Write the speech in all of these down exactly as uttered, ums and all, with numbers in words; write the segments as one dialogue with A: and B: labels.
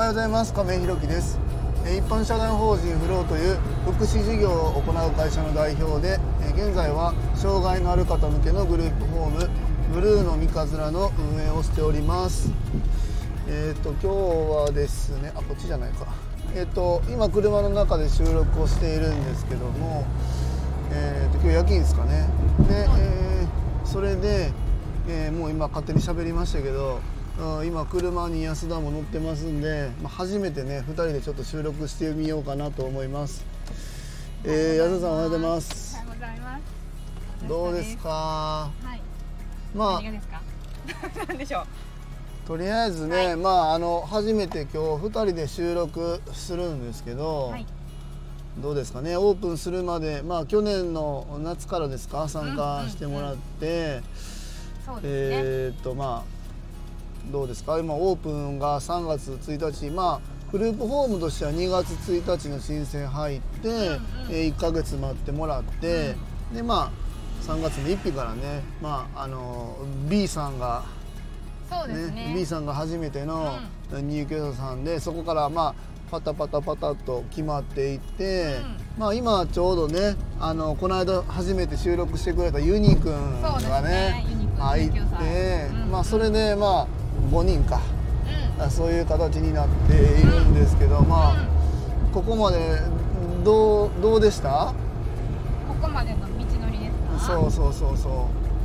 A: ようございます。亀井弘樹です。一般社団法人フローという福祉事業を行う会社の代表で、現在は障害のある方向けのグループホームブルーの三日面の運営をしております。えっ、ー、と今日はですね、あこっちじゃないか。えっ、ー、と今車の中で収録をしているんですけども、えっ、ー、と今日夜勤ですかね。で、えー、それで、えー、もう今勝手に喋りましたけど。今車に安田も乗ってますんで、まあ、初めてねふたりでちょっと収録してみようかなと思います。えー、安田さんおはようございます。
B: おはようございます。
A: どうですか。
B: はい。
A: まあ
B: 何がですか。何でしょう。
A: とりあえずね、はい、まああの初めて今日ふたりで収録するんですけど、はい、どうですかね。オープンするまで、まあ去年の夏からですか参加してもらって、
B: うんうんうん、
A: えっとまあどうですか。今オープンがさんがつついたち、まあグループホームとしてはにがつついたちの申請入って、うんうんえー、いっかげつ待ってもらって、うん、でまあさんがつのついたちからね、まああの B さんが
B: そうですね、
A: B さんが初めての入居者さんで、そこからまあパタパタパタと決まっていって、うん、まあ今ちょうどねあのこの間初めて収録してくれたユニくんがね入って、うん、まあそれでまあごにんか、うん、そういう形になっているんですけど、うん、まあ、うん、ここまでどう、どうでした？
B: ここまでの道のりですか？
A: そうそうそうそう。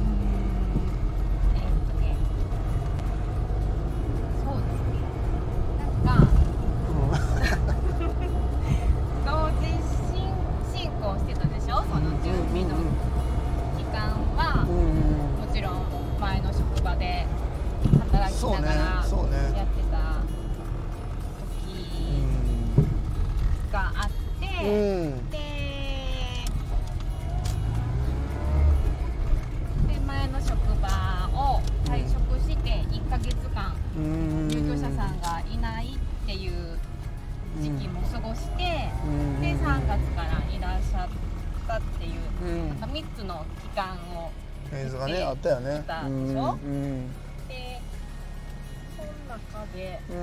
B: うん、で, で前の職場を退職していっかげつかん入居者さんがいないっていう時期も過ごして、うん、でさんがつからいらっしゃったっていう、うん、なんかみっつの期間を
A: フェーズがねあったよね。
B: たでしょ、うん、でその中で、うん、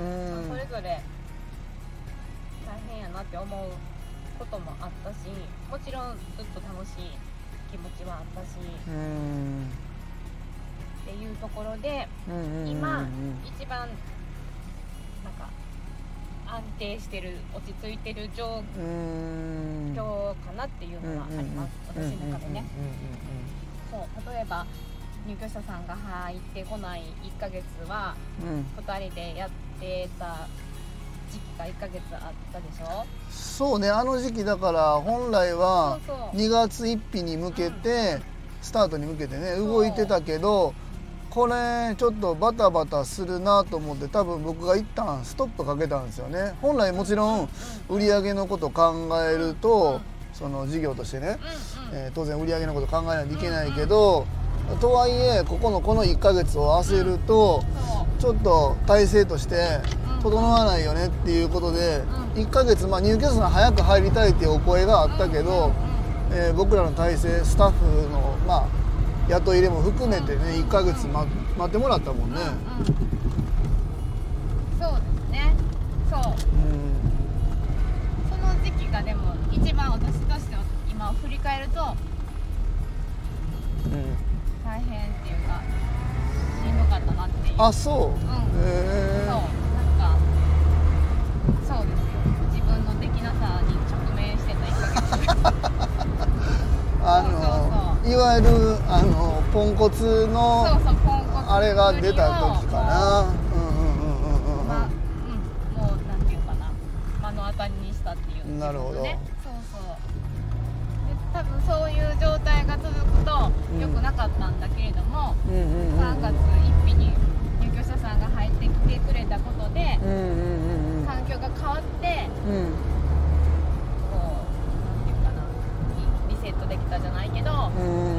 B: それぞれ大変やなって思うこともあったし、もちろんずっと楽しい気持ちはあったし、うんっていうところで、うんうんうんうん、今一番なんか安定してる落ち着いてる状況かなっていうのはあります、うんうんうん、私の中でね、うんうんうん、そう例えば入居者さんが入ってこないいっかげつは、うん、ふたりでやってた時期がいっかげつあったでしょ。
A: そうね、あの時期だから本来はにがつついたちに向けて、うん、スタートに向けてね動いてたけど、これちょっとバタバタするなと思って多分僕が一旦ストップかけたんですよね。本来もちろん売り上げのこと考えると、その事業としてね、えー、当然売り上げのこと考えないといけないけど、とはいえここのこのいっかげつを焦るとちょっと体制として整わないよねっていうことで、うん、いっかげつ、まあ、入居者さん早く入りたいっていうお声があったけど、うんえー、僕らの体制スタッフの、まあ、雇い入れも含めてねいっかげつ、ま、待ってもらったもんね、
B: うんうん、そうですねそう、うん、その時期がでも一番私としては今振り返ると、うん、大変っていうかしんどかったなっていう。
A: あ、そう、うん、
B: へー、そうそうですよ。自分のできなさに直面してたいっかげつ
A: あのそうそうそういわゆるあのポンコツの
B: そうそうポンコツ
A: あれが出た時かな。
B: もうなんていうかな目の当たりにしたっていう、ね、
A: なるほど。
B: そうそうで多分そういう状態が続くと良くなかったんだけれども、うんうんうんうん、さんがつついたちに入居者さんが入ってきてくれたことで、うんうんうん、環境が変わって、うん、こうなんていうかなリセットできたじゃないけど、うん、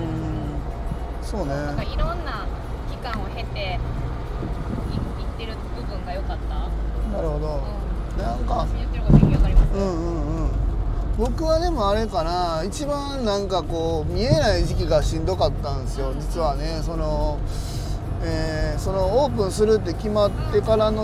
A: そうね。
B: なんかいろんな期間を経てい、いってる部分が良かった。
A: なるほど。うん、なんか
B: 私言ってること意味わかります？
A: うんうんうん。僕はでもあれかな、一番なんかこう見えない時期がしんどかったんですよ、実はね。その、えー、そのオープンするって決まってからの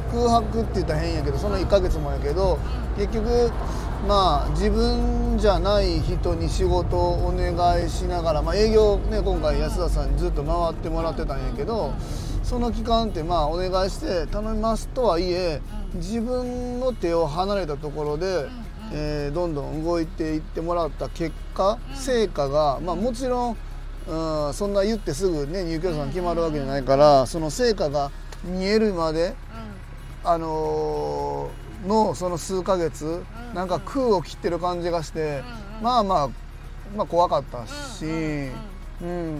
A: 空白って言ったら変やけどそのいっかげつもやけど、結局まあ自分じゃない人に仕事をお願いしながら、まあ、営業ね今回安田さんにずっと回ってもらってたんやけど、その期間ってまあお願いして頼みますとはいえ自分の手を離れたところで、えー、どんどん動いていってもらった結果成果が、まあ、もちろん、うん、そんな言ってすぐね入居者さん決まるわけじゃないから、その成果が見えるまで、あのー、のその数ヶ月なんか空を切ってる感じがして、まあまあまあ怖かったし、うん、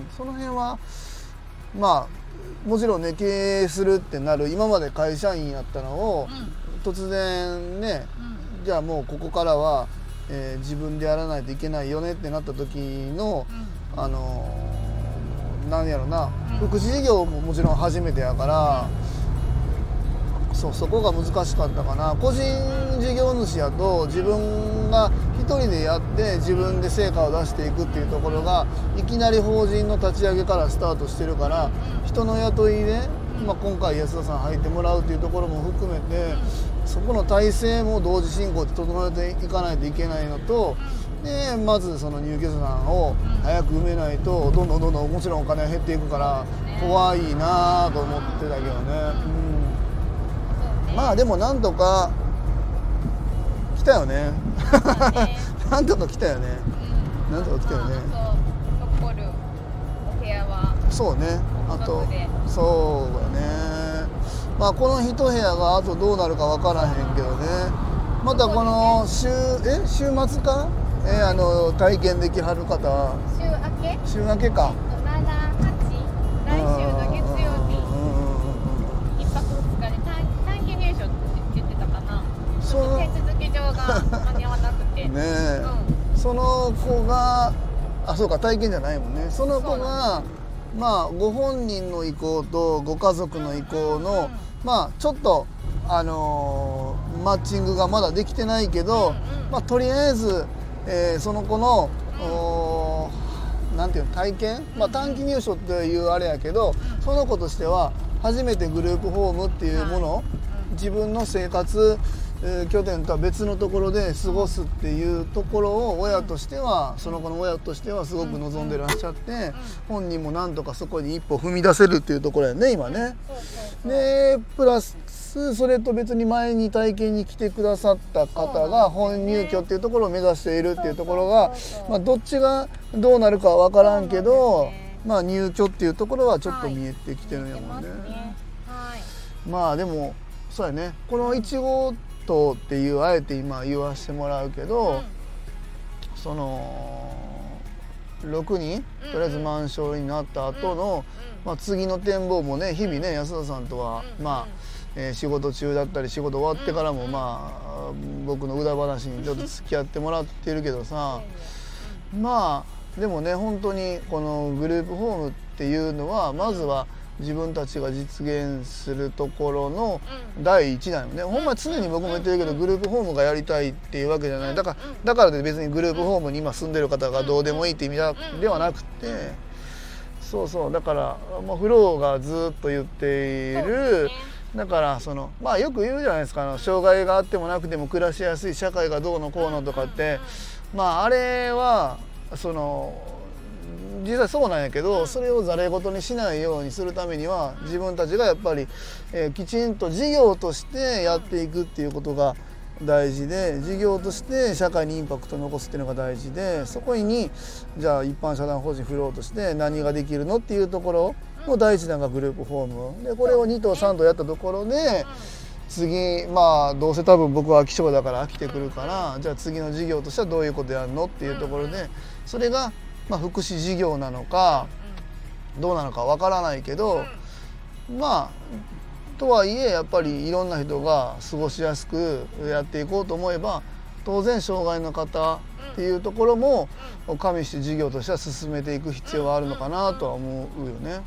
A: その辺はまあもちろんね経営するってなる今まで会社員やったのを突然ね、じゃあもうここからは、えー、自分でやらないといけないよねってなった時の、あのー、何やろな、福祉事業ももちろん初めてやから、そうそこが難しかったかな。個人事業主やと自分が一人でやって自分で成果を出していくっていうところがいきなり法人の立ち上げからスタートしてるから、人の雇いで、まあ、今回安田さん入ってもらうっていうところも含めてそこの体制も同時進行で整えていかないといけないのと、でまずその入居者さんを早く埋めないとどんどんどんどんもちろんお金が減っていくから怖いなと思ってたけどね、うん、まあでもなんとか来たよねなんとか来たよね、うん、なんとか来たよね、
B: まあ、残るお部屋は
A: そうね、あとそうだね、まあこの一部屋があとどうなるか分からへんけどね、またこの週え週末かえあの体験できはる方
B: 週明け
A: 週明けか
B: しち、来週の月曜日いっぱくふつかで短期入所って言ってたかな。その手続き上が間に合わなくてね
A: え、うん、その子があそうか体験じゃないもんね。その子がまあご本人の意向とご家族の意向の、うんうん、まあちょっとあのー、マッチングがまだできてないけど、うんうん、まあとりあえずえー、その子の、うん、なんていうの体験、まあ、短期入所っていうあれやけど、うん、その子としては初めてグループホームっていうもの、うん、自分の生活、えー、拠点とは別のところで過ごすっていうところを親としてはその子の親としてはすごく望んでらっしゃって、うん、本人もなんとかそこに一歩踏み出せるっていうところやね今ね。でプラスそれと別に前に体験に来てくださった方が本入居っていうところを目指しているっていうところが、まあ、どっちがどうなるかは分からんけど、まあ、入居っていうところはちょっと見えてきてるんやもんね。まあでもそうやね、このいち号棟っていうあえて今言わせてもらうけど、そのろくにんとりあえず満床になった後の、まあ、次の展望もね日々ね安田さんとはまあえー、仕事中だったり仕事終わってからもまあ僕の裏話にちょっと付き合ってもらってるけどさ、まあでもね本当にこのグループホームっていうのはまずは自分たちが実現するところの第一弾よね。ほんま常に僕も言ってるけどグループホームがやりたいっていうわけじゃない。だからだからで別にグループホームに今住んでる方がどうでもいいって意味ではなくて、そうそうだからもうフローがずっと言っている。だからそのまあよく言うじゃないですか、あの障害があってもなくても暮らしやすい社会がどうのこうのとかって、まああれはその実際そうなんやけど、それをざれ言にしないようにするためには自分たちがやっぱり、えー、きちんと事業としてやっていくっていうことが大事で、事業として社会にインパクトを残すっていうのが大事で、そこにじゃあ一般社団法人フローとして何ができるのっていうところの第一弾がグループホームで、これをに棟さん棟やったところで次まあどうせ多分僕は飽き性だから飽きてくるから、じゃあ次の事業としてはどういうことやるのっていうところで、それがまあ福祉事業なのかどうなのかわからないけど、まあとはいえやっぱりいろんな人が過ごしやすくやっていこうと思えば当然障害の方っていうところも加味して事業としては進めていく必要はあるのかなとは思うよね。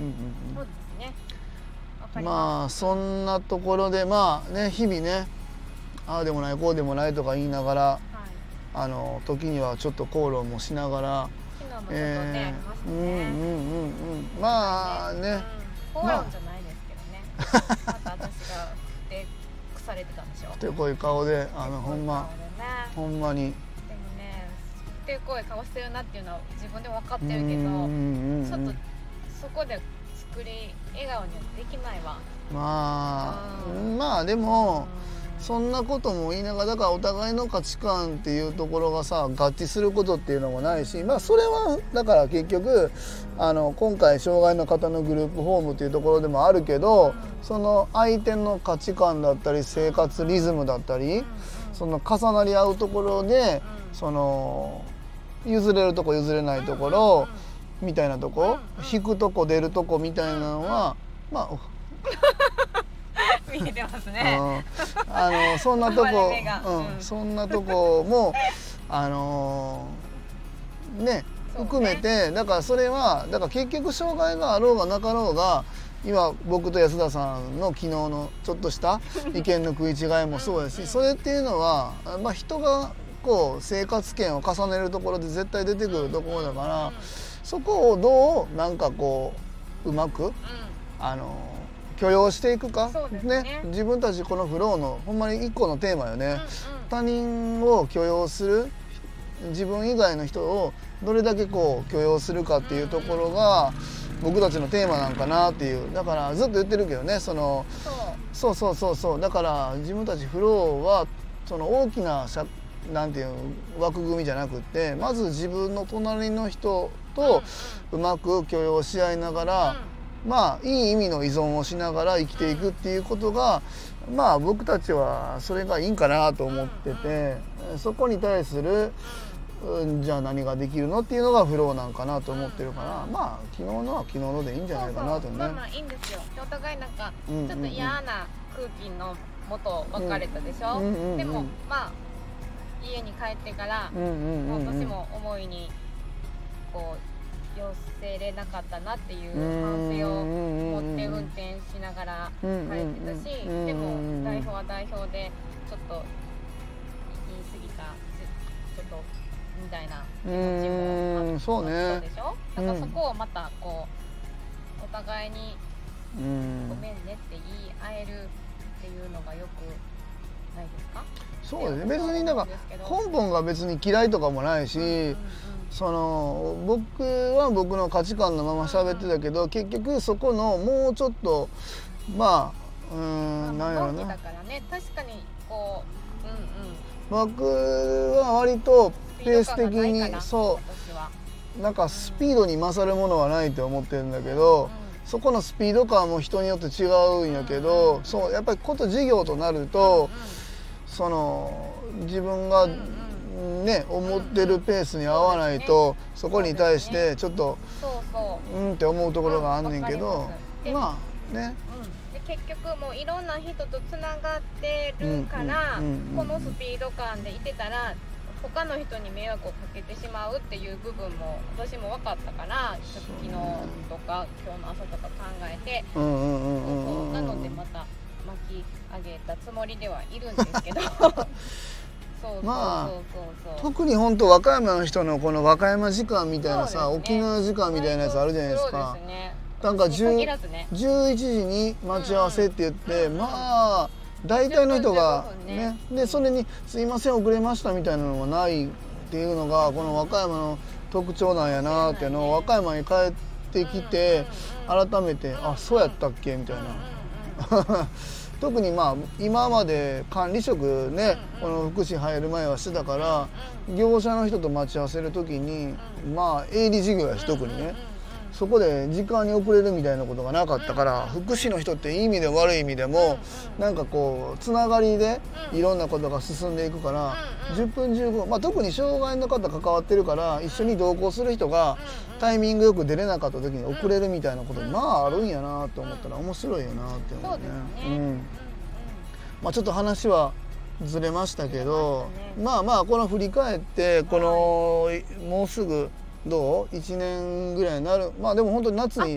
A: まあそんなところでまあね日々ねああでもないこうでもないとか言いながら、はい、あの時にはちょっと口論もしながら、
B: えー、うんうんうん
A: うんまあね、
B: 口論じゃないですけどね。また私が振ってされてたんでしょ。
A: ふてこい顔であのほんま、
B: ね、
A: ほんまに。
B: でもねふてこい顔してるなっていうのは自分でも分かってるけど、ちょっとそこで作り笑顔にはできないわ。
A: まあ、うん、まあでも、うん、そんなことも言いながらだからお互いの価値観っていうところがさ合致することっていうのもないし、まあそれはだから結局あの今回障害の方のグループホームっていうところでもあるけど、その相手の価値観だったり生活リズムだったりその重なり合うところでその譲れるとこ譲れないところみたいなとこ引くとこ出るとこみたいなのはまあ
B: 見えてますね。
A: あのそんなとこ、うん、そんなとこもあのね含めてだからそれはだから結局障害があろうがなかろうが今僕と安田さんの昨日のちょっとした意見の食い違いもそうやしそれっていうのは、まあ、人がこう生活圏を重ねるところで絶対出てくるところだからそこをどうなんかこううまくあの許容していくか、ね、ね自分たちこのフローのほんまに一個のテーマよね、うんうん、他人を許容する自分以外の人をどれだけこう許容するかっていうところが僕たちのテーマなんかなっていうだからずっと言ってるけどねそのそうそうそうそうだから自分たちフローはその大きな社なんていう枠組みじゃなくってまず自分の隣の人とうまく許容し合いながらまあいい意味の依存をしながら生きていくっていうことがまあ僕たちはそれがいいんかなと思っててそこに対するじゃあ何ができるのっていうのがフローなんかなと思ってるからまあ昨日のは昨日のでいいんじゃないかなとね。
B: そうそうまあまあいいんですよ。お互いなんかちょっと嫌な空気のもと別れたでしょ、うんうんうん、でもまあ家に帰ってから、うんうんうんうん、私も思いにこう寄せれなかったなっていう反省を持って運転しながら帰ってたし、でも代表は代表でちょっと言い過ぎたちょっとみたいな気持ちもあったそうねでしょ。だからそこをまたこうお互いにごめんねって言い合えるっていうのがよくないですか。
A: そうですね別にだから根本が別に嫌いとかもないし、うんうんうん、その僕は僕の価値観のまま喋ってたけど結局そこのもうちょっとまあうーん何やろなだからね確かにこう、うんうん、僕は割とペース的にそうなんかスピードに勝るものはないと思ってるんだけど、うん、そこのスピード感も人によって違うんやけど、うん、そうやっぱりこと事業となると、うんうん、その自分がね思ってるペースに合わないとそこに対してちょっとうんって思うところがあんねんけどまあね
B: 結局もういろんな人とつながってるから、うんうんうんうん、このスピード感でいてたら他の人に迷惑をかけてしまうっていう部分も私も分かったからちょっと昨日とか今日の朝とか考えてなのでまた巻き上げたつもりではいるんですけど
A: まあ特に本当和歌山の人のこの和歌山時間みたいなさ、ね、沖縄時間みたいなやつあるじゃないですか。そうですね、なんかじゅういちじに待ち合わせって言って、うんうん、まあ大体の人がね、でそれに「すいません遅れました」みたいなのがないっていうのがこの和歌山の特徴なんやなっていうのを和歌山に帰ってきて改めて「あそうやったっけ?」みたいな。特にまあ今まで管理職ねこの福祉入る前はしてたから業者の人と待ち合わせる時にまあ営利事業やし特にねそこで時間に遅れるみたいなことがなかったから福祉の人っていい意味でも悪い意味でもなんかこうつながりでいろんなことが進んでいくからじゅっぷんじゅうごふん、まあ、特に障害の方関わってるから一緒に同行する人がタイミングよく出れなかった時に遅れるみたいなことまああるんやなと思ったら面白いよなって思うね。うんまあ、ちょっと話はずれましたけどまあまあこの振り返ってこのもうすぐどういちねんぐらいになるまあでも本当に夏に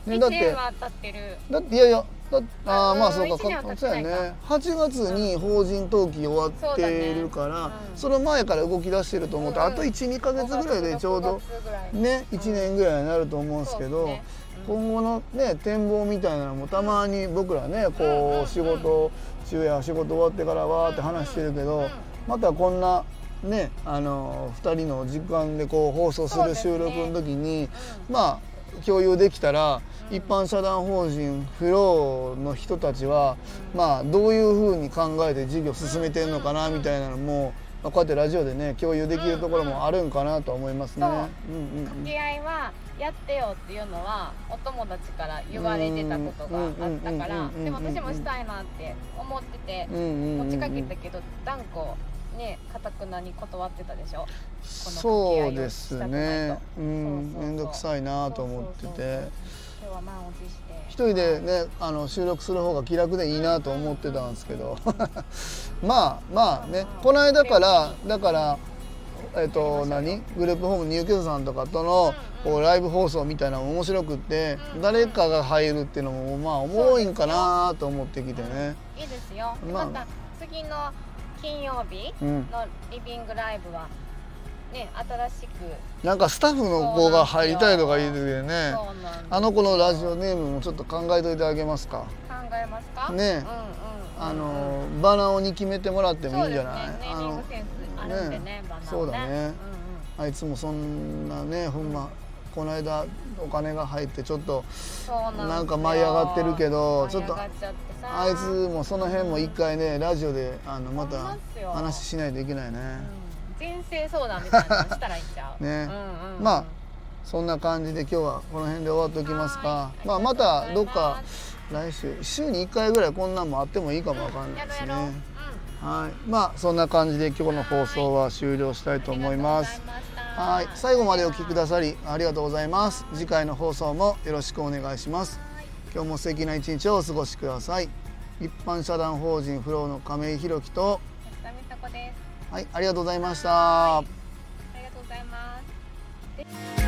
A: ね、だって
B: いちねんは経ってる。
A: だっていやいやだああまあそうか
B: いちねんは経って
A: そうや
B: ないか
A: ねはちがつに法人登記終わってるから、
B: そうだねうん
A: その前から動き出してると思うと、
B: うん
A: あといちにかげつぐらいでちょうど
B: ごがつぐらい
A: ねいちねんぐらいになると思うんですけど、
B: そうですねうん
A: 今後のね展望みたいなのもたまに僕らねこう仕事中や仕事終わってからわーって話してるけど、またこんなねあのふたりの時間でこう放送する収録の時に、まあ共有できたら、一般社団法人フローの人たちは、まあどういうふうに考えて事業を進めてるのかなみたいなのも、まあこうやってラジオでね共有できるところもあるんかなと思いますね。
B: そう
A: うんうんうん
B: 掛け合いはやってよっていうのはお友達から言われてたことがあったからでも私もしたいなって思ってて持ちかけたけど断固ねかたくなに断ってたでしょ。
A: そうですね、うん面倒くさいなと思ってて
B: 今日は満を持して
A: 一人でねあの収録する方が気楽でいいなと思ってたんですけどまあまあねこの間からだからえっと何グループホーム入居者さんとかとのこうライブ放送みたいなのも面白くって誰かが入るっていうのもまあおもろいんかなと思ってきてね。
B: いいですよ。
A: まあ
B: また次の金曜日のリビングライブはね新しく
A: なんかスタッフの子が入りたいとか言うてね、あの子のラジオネームもちょっと考えといてあげますか。
B: 考えますか。
A: ね、
B: うんうん、
A: あのバナーに決めてもらってもいいんじゃない。
B: そうですね、ネーミングセンスあるんでね、
A: ね
B: バナーね。
A: そうだね、
B: うんうん、
A: あいつもそんなねほんまこの間お金が入ってちょっとなんか舞い上がってるけど、ちょっとあいつもその辺も一回ねラジオであのまた話しないといけないね。
B: うん、人生相談みたいなのしたらいいんちゃう。
A: ね、
B: うんうんうん、
A: まあそんな感じで今日はこの辺で終わっておきますか。まあまたどっか来週週にいっかいぐらいこんなんもあってもいいかもわかんないですね。
B: やろうやろう、うん、
A: はい、まあそんな感じで今日の放送は終了したいと思います。はい、最後までお聞きくださりありがとうございます。次回の放送もよろしくお願いします。今日も素敵な一日をお過ごしください。一般社団法人フローの亀井宏樹と、
B: です。
A: はい、ありがとうございました。
B: ありがとうございます。